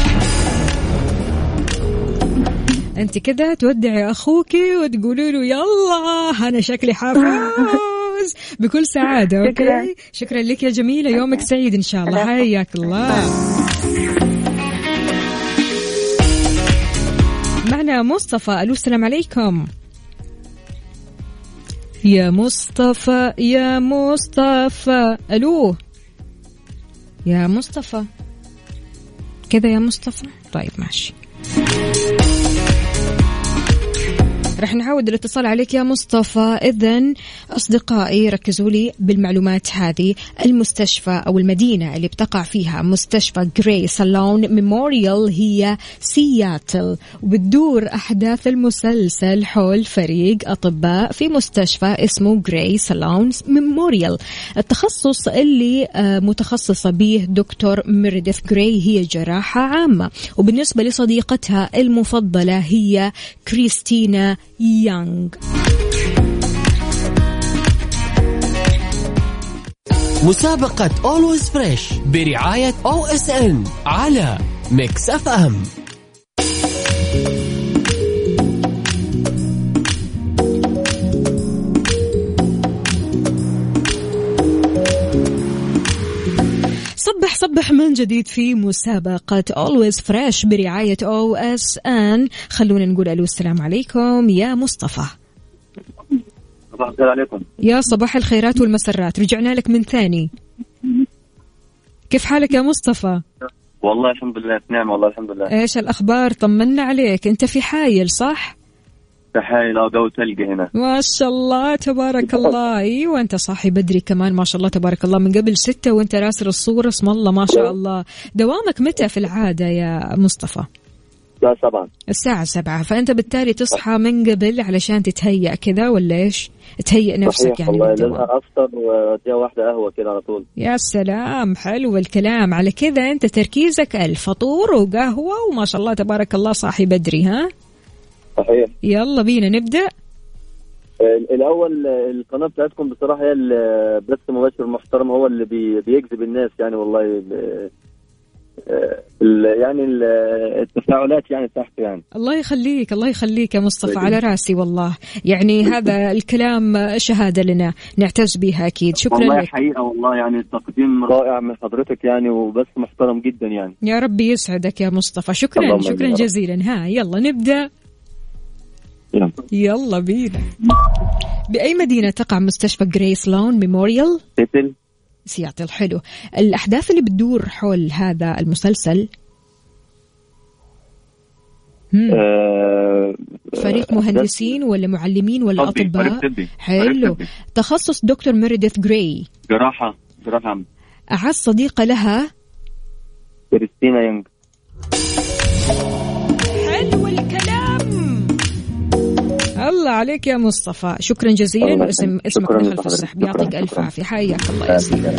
[SPEAKER 2] أنت كده تودعي أخوكي وتقولي له يلا أنا شكلي حافظ بكل سعادة. أوكي
[SPEAKER 8] شكرا.
[SPEAKER 2] شكرا لك يا جميلة، يومك سعيد إن شاء الله. حياك الله. معنا مصطفى. ألو السلام عليكم يا مصطفى. يا مصطفى. ألو يا مصطفى كذا يا مصطفى. طيب ماشي، رح نعود الاتصال عليك يا مصطفى. إذن أصدقائي ركزوا لي بالمعلومات هذه. المستشفى أو المدينة اللي بتقع فيها مستشفى جراي سالون ميموريال هي سياتل، وبتدور أحداث المسلسل حول فريق أطباء في مستشفى اسمه جراي سالون ميموريال. التخصص اللي متخصصة به دكتور ميريديث جراي هي جراحة عامة. وبالنسبة لصديقتها المفضلة هي كريستينا يانغ.
[SPEAKER 5] مسابقة Always Fresh برعاية أو إس إن على ميكس أف أم.
[SPEAKER 2] صبح صبح من جديد في مسابقة Always Fresh برعاية أو إس إن. خلونا نقول ألو السلام عليكم يا مصطفى.
[SPEAKER 7] صباح الخير عليكم.
[SPEAKER 2] يا صباح الخيرات والمسرات، رجعنا لك من ثاني. كيف حالك يا مصطفى؟
[SPEAKER 7] والله الحمد لله، نعم والله الحمد لله.
[SPEAKER 2] إيش الأخبار؟ طمنا عليك. أنت في حايل صح؟
[SPEAKER 7] تحية لا جو تلقى هنا.
[SPEAKER 2] ما شاء الله تبارك الله. ايوه انت صاحي بدري كمان ما شاء الله تبارك الله، من قبل ستة وانت راسل الصورة اسم الله ما شاء الله. دوامك متى في العادة يا مصطفى؟
[SPEAKER 7] الساعة سبعة.
[SPEAKER 2] الساعة سبعة، فأنت بالتالي تصحى من قبل علشان تتهيأ كذا ولا إيش؟ تهيئ نفسك يعني بالدوام.
[SPEAKER 7] أفطر وأديها واحدة قهوة كذا على طول.
[SPEAKER 2] يا سلام حلو الكلام. على كذا أنت تركيزك الفطور وقهوة وما شاء الله تبارك الله صاحي بدري. ها
[SPEAKER 7] صحيح.
[SPEAKER 2] يلا بينا نبدأ.
[SPEAKER 7] الأول القناة بتاعتكم بصراحة هي البث مباشر محترم، هو اللي بي بيجذب الناس يعني والله، يعني التفاعلات يعني تحت يعني.
[SPEAKER 2] الله يخليك الله يخليك يا مصطفى، على راسي والله. يعني هذا الكلام شهادة لنا نعتز بها أكيد. شكرا
[SPEAKER 7] والله
[SPEAKER 2] لك.
[SPEAKER 7] حقيقة والله يعني التقديم رائع من حضرتك يعني، وبس محترم جدا يعني.
[SPEAKER 2] يا ربي يسعدك يا مصطفى. شكرا شكرا جزيلا. ها يلا نبدأ.
[SPEAKER 7] يلا,
[SPEAKER 2] يلا بينا. بأي مدينة تقع مستشفى جريس لون ميموريال؟
[SPEAKER 7] سيتل.
[SPEAKER 2] سياتل. حلو. الأحداث اللي بتدور حول هذا المسلسل؟
[SPEAKER 7] أه
[SPEAKER 2] فريق مهندسين ولا معلمين ولا أطباء؟ حلو. تخصص دكتور ميريديث جراي؟
[SPEAKER 7] جراحة. جراحة.
[SPEAKER 2] أعز صديقة لها؟
[SPEAKER 7] كريستينا يونغ.
[SPEAKER 2] حلو الكلام. الله عليك يا مصطفى. شكرا جزيلا. واسم اسمك دخل في السحب. يعطيك ألف عافية. حياك الله يا سيدي.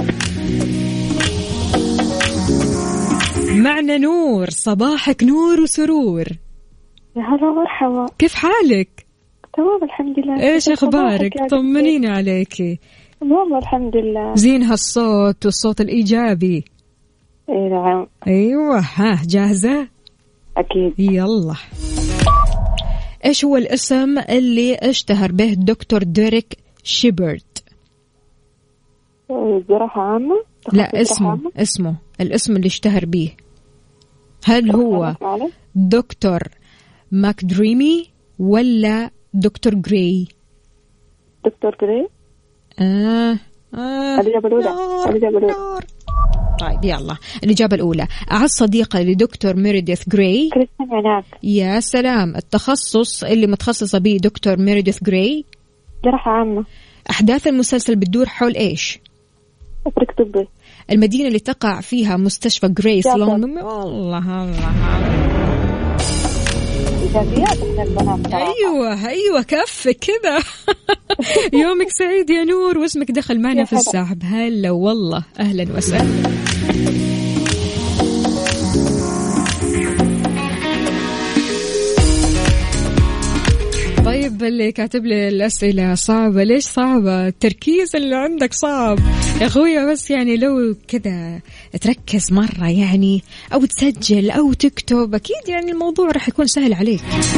[SPEAKER 2] معنا نور. صباحك نور وسرور.
[SPEAKER 8] يا هلا مرحبا.
[SPEAKER 2] كيف حالك؟
[SPEAKER 8] تمام الحمد لله.
[SPEAKER 2] ايش اخبارك؟ طمنيني عليكي.
[SPEAKER 8] والله الحمد لله.
[SPEAKER 2] زين هالصوت والصوت الإيجابي.
[SPEAKER 8] اي نعم.
[SPEAKER 2] ايوه. ها جاهزة؟
[SPEAKER 8] اكيد.
[SPEAKER 2] يلا. ايش هو الاسم اللي اشتهر به الدكتور ديريك شيبرت؟
[SPEAKER 8] جراحة عامة.
[SPEAKER 2] لا اسمه عامة. اسمه الاسم اللي اشتهر به، هل هو دكتور ماكدريمي ولا دكتور جراي؟
[SPEAKER 8] دكتور جراي.
[SPEAKER 2] آه آه
[SPEAKER 8] الإجابة الأولى. الإجابة الأولى.
[SPEAKER 2] طيب يلا الإجابة الأولى. أعز صديقة لدكتور ميريديث جراي.
[SPEAKER 8] كريستينا يونغ.
[SPEAKER 2] يا سلام. التخصص اللي متخصصة به دكتور ميريديث جراي؟
[SPEAKER 8] جراحة عامة.
[SPEAKER 2] أحداث المسلسل بتدور حول إيش؟
[SPEAKER 8] أفريق طبي.
[SPEAKER 2] المدينة اللي تقع فيها مستشفى جريس لون. والله الله. أيوة أيوة كف كذا. يومك سعيد يا نور، واسمك دخل معنا في السحب. هلا والله أهلا وسهلا. طيب اللي كاتب لي الأسئلة صعبة، ليش صعبة؟ التركيز اللي عندك صعب يا أخويا، بس يعني لو كذا تركز مرة يعني، أو تسجل أو تكتب، أكيد يعني الموضوع رح يكون سهل عليك.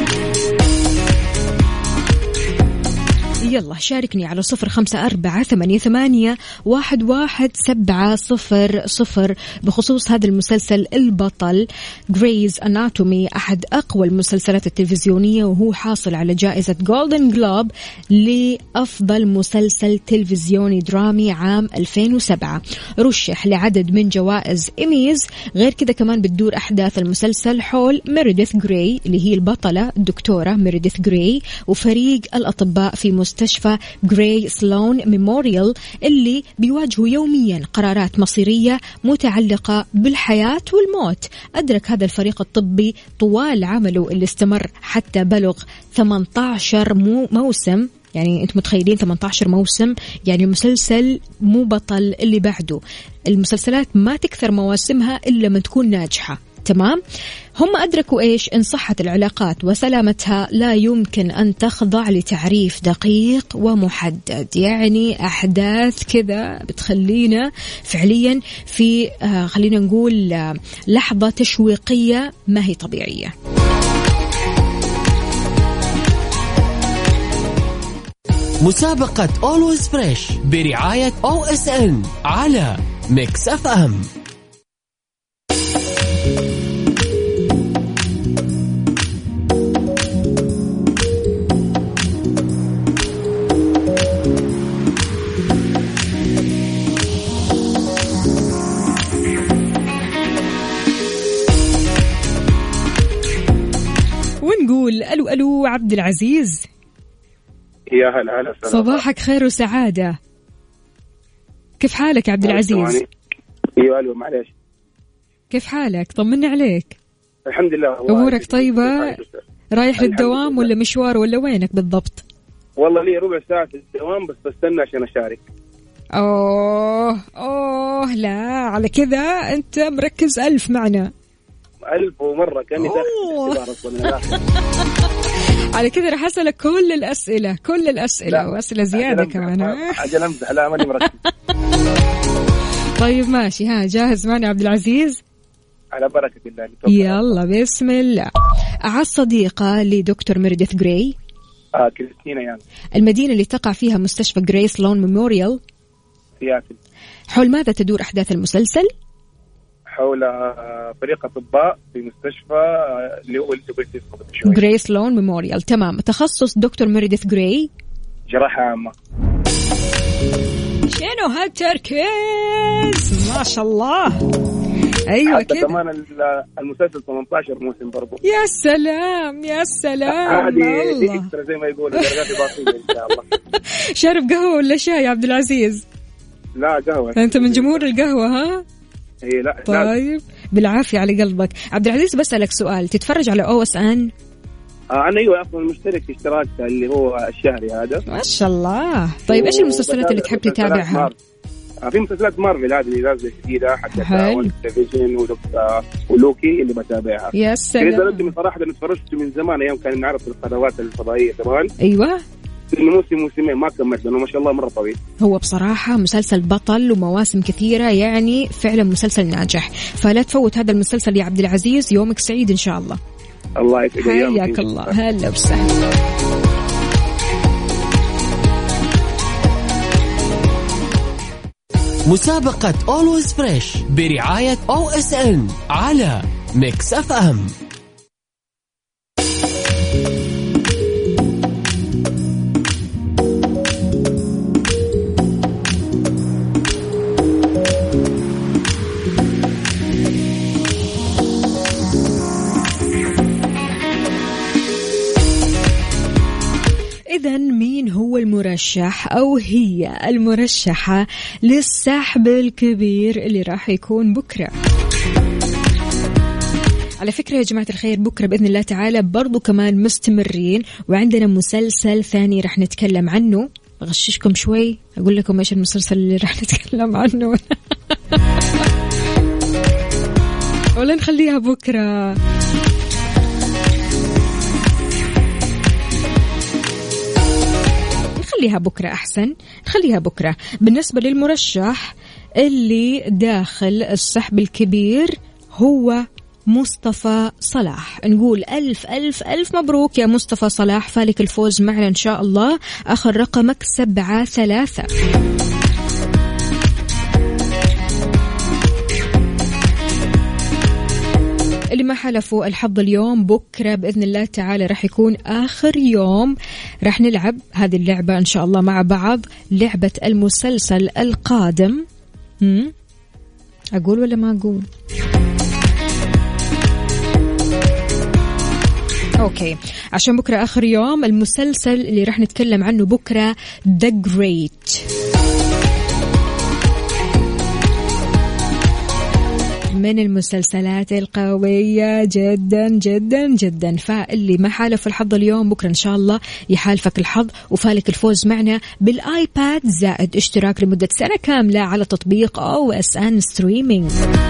[SPEAKER 2] يلا شاركني على صفر خمسة أربعة ثمانية ثمانية واحد واحد سبعة صفر صفر بخصوص هذا المسلسل البطل جريز أناتومي، أحد أقوى المسلسلات التلفزيونية، وهو حاصل على جائزة جولدن جلوب لأفضل مسلسل تلفزيوني درامي عام ألفين وسبعة، رشح لعدد من جوائز إيميز. غير كذا كمان بتدور أحداث المسلسل حول ميريديث جراي اللي هي البطلة الدكتورة ميريديث جراي وفريق الأطباء في مستشفى مستشفى جراي سلون ميموريال اللي بيواجهوا يوميا قرارات مصيرية متعلقة بالحياة والموت. أدرك هذا الفريق الطبي طوال عمله اللي استمر حتى بلغ ثمانية عشر مو موسم، يعني أنت متخيلين ثمانية عشر موسم، يعني مسلسل مو بطل اللي بعده. المسلسلات ما تكثر مواسمها إلا ما تكون ناجحة، تمام؟ هم أدركوا إيش؟ إن صحة العلاقات وسلامتها لا يمكن أن تخضع لتعريف دقيق ومحدد، يعني أحداث كذا بتخلينا فعليا في آه خلينا نقول آه لحظة تشويقية ما هي طبيعية.
[SPEAKER 5] مسابقة Always Fresh برعاية أو إس إن على ميكس أف أم.
[SPEAKER 2] نقول ألو ألو عبد العزيز.
[SPEAKER 9] يا هلا هلا.
[SPEAKER 2] صباحك خير وسعادة. كيف حالك عبد العزيز؟
[SPEAKER 9] ايوه الو معليش.
[SPEAKER 2] كيف حالك؟ طمني عليك.
[SPEAKER 9] الحمد لله.
[SPEAKER 2] امورك طيبة؟ رايح للدوام ولا مشوار ولا وينك بالضبط؟
[SPEAKER 9] والله لي ربع ساعة في الدوام بس بستنى عشان اشارك.
[SPEAKER 2] اوه اوه لا على كذا انت مركز ألف معنا.
[SPEAKER 9] ألف ومرة كأني داخل اصلا.
[SPEAKER 2] على كذا راح أسألك كل الأسئلة كل الأسئلة وأسئلة زيادة كمان.
[SPEAKER 9] عجل أمزح لا ماني مركز.
[SPEAKER 2] طيب ماشي ها جاهز معنا عبد العزيز؟
[SPEAKER 9] على بركة الله.
[SPEAKER 2] يلا بسم الله. أعز صديقة لدكتور ميرديث غراي.
[SPEAKER 9] آه كريستينا يعني.
[SPEAKER 2] المدينة اللي تقع فيها مستشفى غريس لون ميموريال.
[SPEAKER 9] سياتل.
[SPEAKER 2] حول ماذا تدور أحداث المسلسل؟
[SPEAKER 9] حول فريق أطباء في مستشفى اللي هو
[SPEAKER 2] غريس لون ميموريال. تمام. تخصص دكتور ميرديث غراي؟
[SPEAKER 9] جراحة عامة.
[SPEAKER 2] شنو هالتركيز ما شاء الله. ايوه كده
[SPEAKER 9] كمان المسلسل ثمانية عشر موسم برضو.
[SPEAKER 2] يا سلام يا سلام
[SPEAKER 9] الله اكسترا زي ما يقولوا درجات اضافيه ان شاء الله.
[SPEAKER 2] شارب قهوه ولا شاي يا عبد العزيز؟
[SPEAKER 9] لا قهوه.
[SPEAKER 2] انت من جمهور القهوه ها؟
[SPEAKER 9] اي لا.
[SPEAKER 2] طيب بالعافيه على قلبك. عبد العزيز بسألك سؤال، تتفرج على او اس ان؟
[SPEAKER 9] آه انا ايوه اصلا مشترك اشتراك اللي هو الشهري هذا.
[SPEAKER 2] ما شاء الله. طيب ايش المسلسلات اللي تحب تتابعها؟
[SPEAKER 9] في مسلسلات مارفل هذه اللي نازله جديده حتى تلفزيون ولوكي اللي بتابعها.
[SPEAKER 2] يا سلام.
[SPEAKER 9] اذا بدي صراحه انا اتفرجت من زمان ايام كان نعرف القنوات الفضائيه زمان.
[SPEAKER 2] ايوه
[SPEAKER 9] موسم موسمين ما كملت لانه ما شاء الله مره طويل.
[SPEAKER 2] هو بصراحه مسلسل بطل ومواسم كثيره يعني فعلا مسلسل ناجح، فلا تفوت هذا المسلسل يا عبد العزيز. يومك سعيد ان شاء الله.
[SPEAKER 9] الله يسعدك.
[SPEAKER 2] حياك الله. هلا وسهلا.
[SPEAKER 5] مسابقة Always Fresh برعاية أو إس إن على ميكس أف أم.
[SPEAKER 2] إذن مين هو المرشح أو هي المرشحة للسحب الكبير اللي راح يكون بكرة؟ على فكرة يا جماعة الخير بكرة بإذن الله تعالى برضو كمان مستمرين، وعندنا مسلسل ثاني راح نتكلم عنه. أغششكم شوي أقول لكم إيش المسلسل اللي راح نتكلم عنه. ولا نخليها بكرة؟ خليها بكرة أحسن، خليها بكرة. بالنسبة للمرشح اللي داخل السحب الكبير هو مصطفى صلاح. نقول ألف ألف ألف مبروك يا مصطفى صلاح، فالك الفوز معنا إن شاء الله. آخر رقمك سبعة ثلاثة. اللي ما حلفوا الحظ اليوم بكرة بإذن الله تعالى رح يكون آخر يوم رح نلعب هذه اللعبة إن شاء الله مع بعض، لعبة المسلسل القادم. هم؟ أقول ولا ما أقول؟ أوكي، عشان بكرة آخر يوم المسلسل اللي رح نتكلم عنه بكرة The Great، من المسلسلات القوية جدا جدا جدا. فاللي ما حالف الحظ اليوم بكرة إن شاء الله يحالفك الحظ وفالك الفوز معنا بالآيباد زائد اشتراك لمدة سنة كاملة على تطبيق أو إس إن ستريمينج.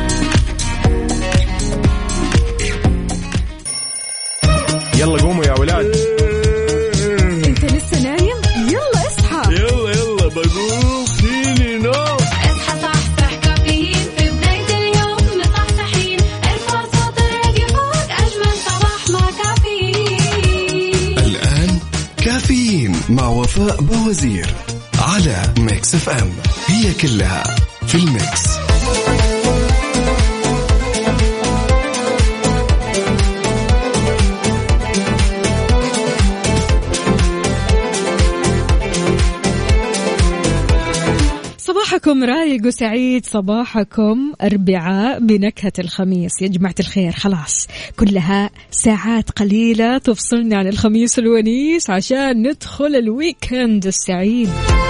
[SPEAKER 1] يلا قوموا يا ولاد.
[SPEAKER 2] انت لسه نايم؟ يلا اصحى.
[SPEAKER 1] يلا يلا بقوم فيني نوم.
[SPEAKER 3] اصحى صحصح كافيين في بداية اليوم مصحصحين، ارفع صوت الراديو فوق أجمل صباح مع كافيين.
[SPEAKER 4] الآن كافيين مع وفاء بوزير على ميكس اف ام، هي كلها في الميكس.
[SPEAKER 2] صباحكم رايق وسعيد، صباحكم أربعاء بنكهة الخميس. يا جماعة الخير خلاص كلها ساعات قليلة تفصلنا عن الخميس الونيس عشان ندخل الويكند السعيد.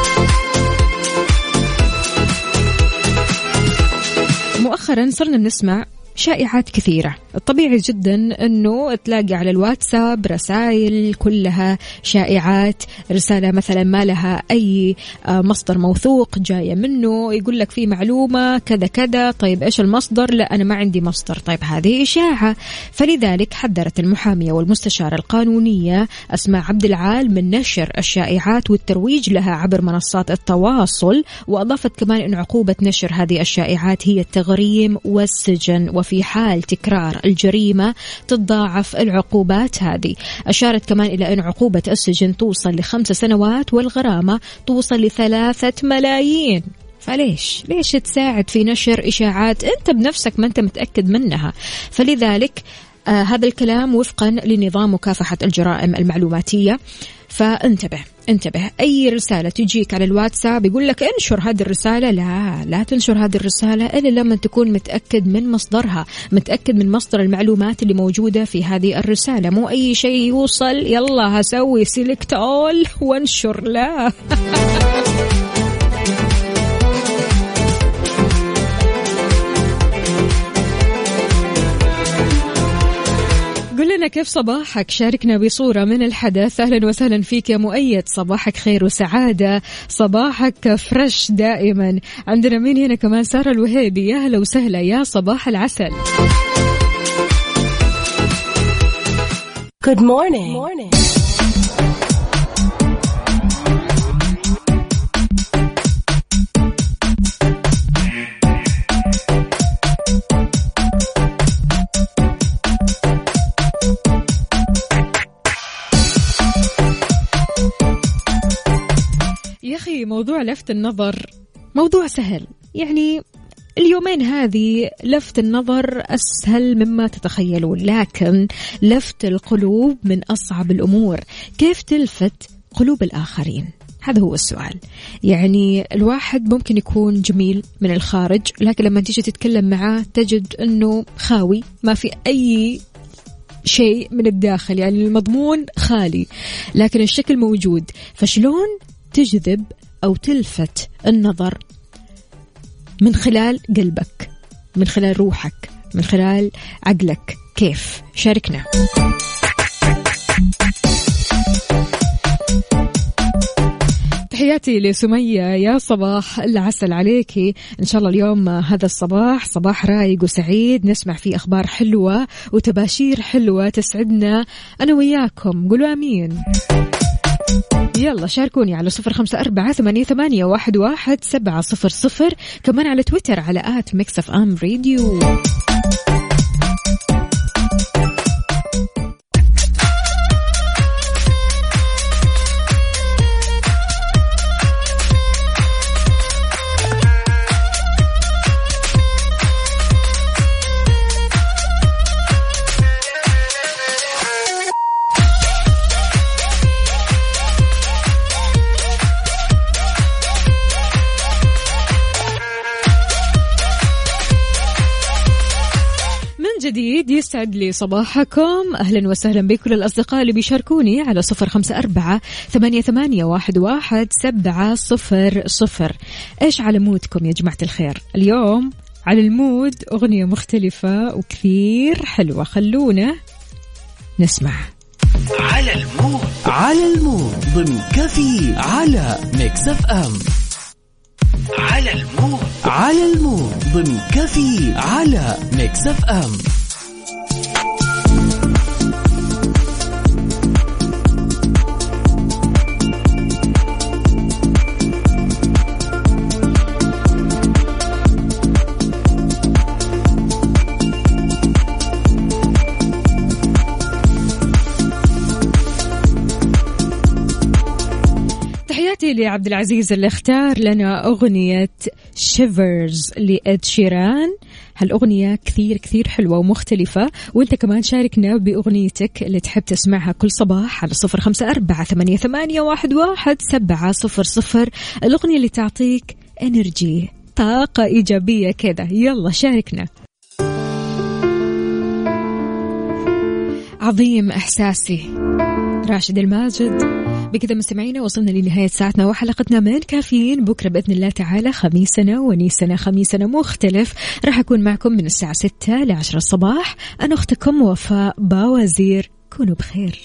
[SPEAKER 2] مؤخرا صرنا نسمع شائعات كثيرة. الطبيعي جدا أنه تلاقي على الواتساب رسائل كلها شائعات، رسالة مثلا ما لها أي مصدر موثوق جاية منه، يقول لك في معلومة كذا كذا، طيب إيش المصدر؟ لا أنا ما عندي مصدر، طيب هذه إشاعة. فلذلك حذرت المحامية والمستشارة القانونية أسماء عبد العال من نشر الشائعات والترويج لها عبر منصات التواصل، وأضافت كمان أن عقوبة نشر هذه الشائعات هي التغريم والسجن، وفي حال تكرار الجريمة تتضاعف العقوبات هذه. أشارت كمان إلى أن عقوبة السجن توصل لخمس سنوات والغرامة توصل لثلاثة ملايين. فليش ليش تساعد في نشر إشاعات أنت بنفسك ما أنت متأكد منها؟ فلذلك آه هذا الكلام وفقا لنظام مكافحة الجرائم المعلوماتية. فانتبه انتبه، أي رسالة تجيك على الواتساب يقول لك انشر هذه الرسالة، لا لا تنشر هذه الرسالة إلا لما تكون متأكد من مصدرها، متأكد من مصدر المعلومات اللي موجودة في هذه الرسالة. مو أي شيء يوصل يلا هسوي سيلكت أول وانشر، لا. قل لنا كيف صباحك، شاركنا بصورة من الحدث. أهلا وسهلا فيك يا مؤيد، صباحك خير وسعادة، صباحك فريش دائما. عندنا مين هنا كمان؟ سارة الوهيبي، يا هلا وسهلا، يا صباح العسل.
[SPEAKER 10] Good morning. Good morning.
[SPEAKER 2] يا أخي موضوع لفت النظر موضوع سهل، يعني اليومين هذه لفت النظر أسهل مما تتخيلون، لكن لفت القلوب من أصعب الأمور. كيف تلفت قلوب الآخرين؟ هذا هو السؤال. يعني الواحد ممكن يكون جميل من الخارج، لكن لما تيجي تتكلم معاه تجد أنه خاوي، ما في أي شيء من الداخل، يعني المضمون خالي لكن الشكل موجود. فشلون تجذب أو تلفت النظر؟ من خلال قلبك، من خلال روحك، من خلال عقلك. كيف؟ شاركنا. تحياتي لسمية، يا صباح العسل عليكي. إن شاء الله اليوم هذا الصباح صباح رايق وسعيد، نسمع فيه أخبار حلوة وتباشير حلوة تسعدنا أنا وياكم. قولوا آمين. يلا شاركوني على صفر خمسة أربعة ثمانية ثمانية واحد واحد سبعة صفر صفر، كمان على تويتر على آت ميكس أف أم راديو. جديد يسعد لي صباحكم. أهلا وسهلا بكل الأصدقاء اللي بيشاركوني على صفر خمسة أربعة ثمانية ثمانية واحد واحد سبعة صفر صفر. إيش على مودكم يا جماعة الخير؟ اليوم على المود أغنية مختلفة وكثير حلوة، خلونا نسمع.
[SPEAKER 5] على المود على المود ضمن كفي على ميكس أف أم. على المود على المود ضمن كفي على ميكس أف أم.
[SPEAKER 2] تحياتي لعبد العزيز اللي اختار لنا أغنية شيفرز لإد شيران. هالأغنية كثير كثير حلوة ومختلفة، وانت كمان شاركنا بأغنيتك اللي تحب تسمعها كل صباح على صفر خمسة أربعة ثمانية ثمانية واحد واحد سبعة صفر صفر. الأغنية اللي تعطيك انرجي، طاقة إيجابية كذا. يلا شاركنا. عظيم إحساسي، راشد الماجد. بكذا مستمعينا وصلنا لنهاية ساعتنا وحلقتنا من كافيين. بكرة بإذن الله تعالى خميسنا ونيسنا، خميسنا مختلف، راح أكون معكم من الساعة ستة لعشرة الصباح. أنا أختكم وفاء باوزير، كونوا بخير.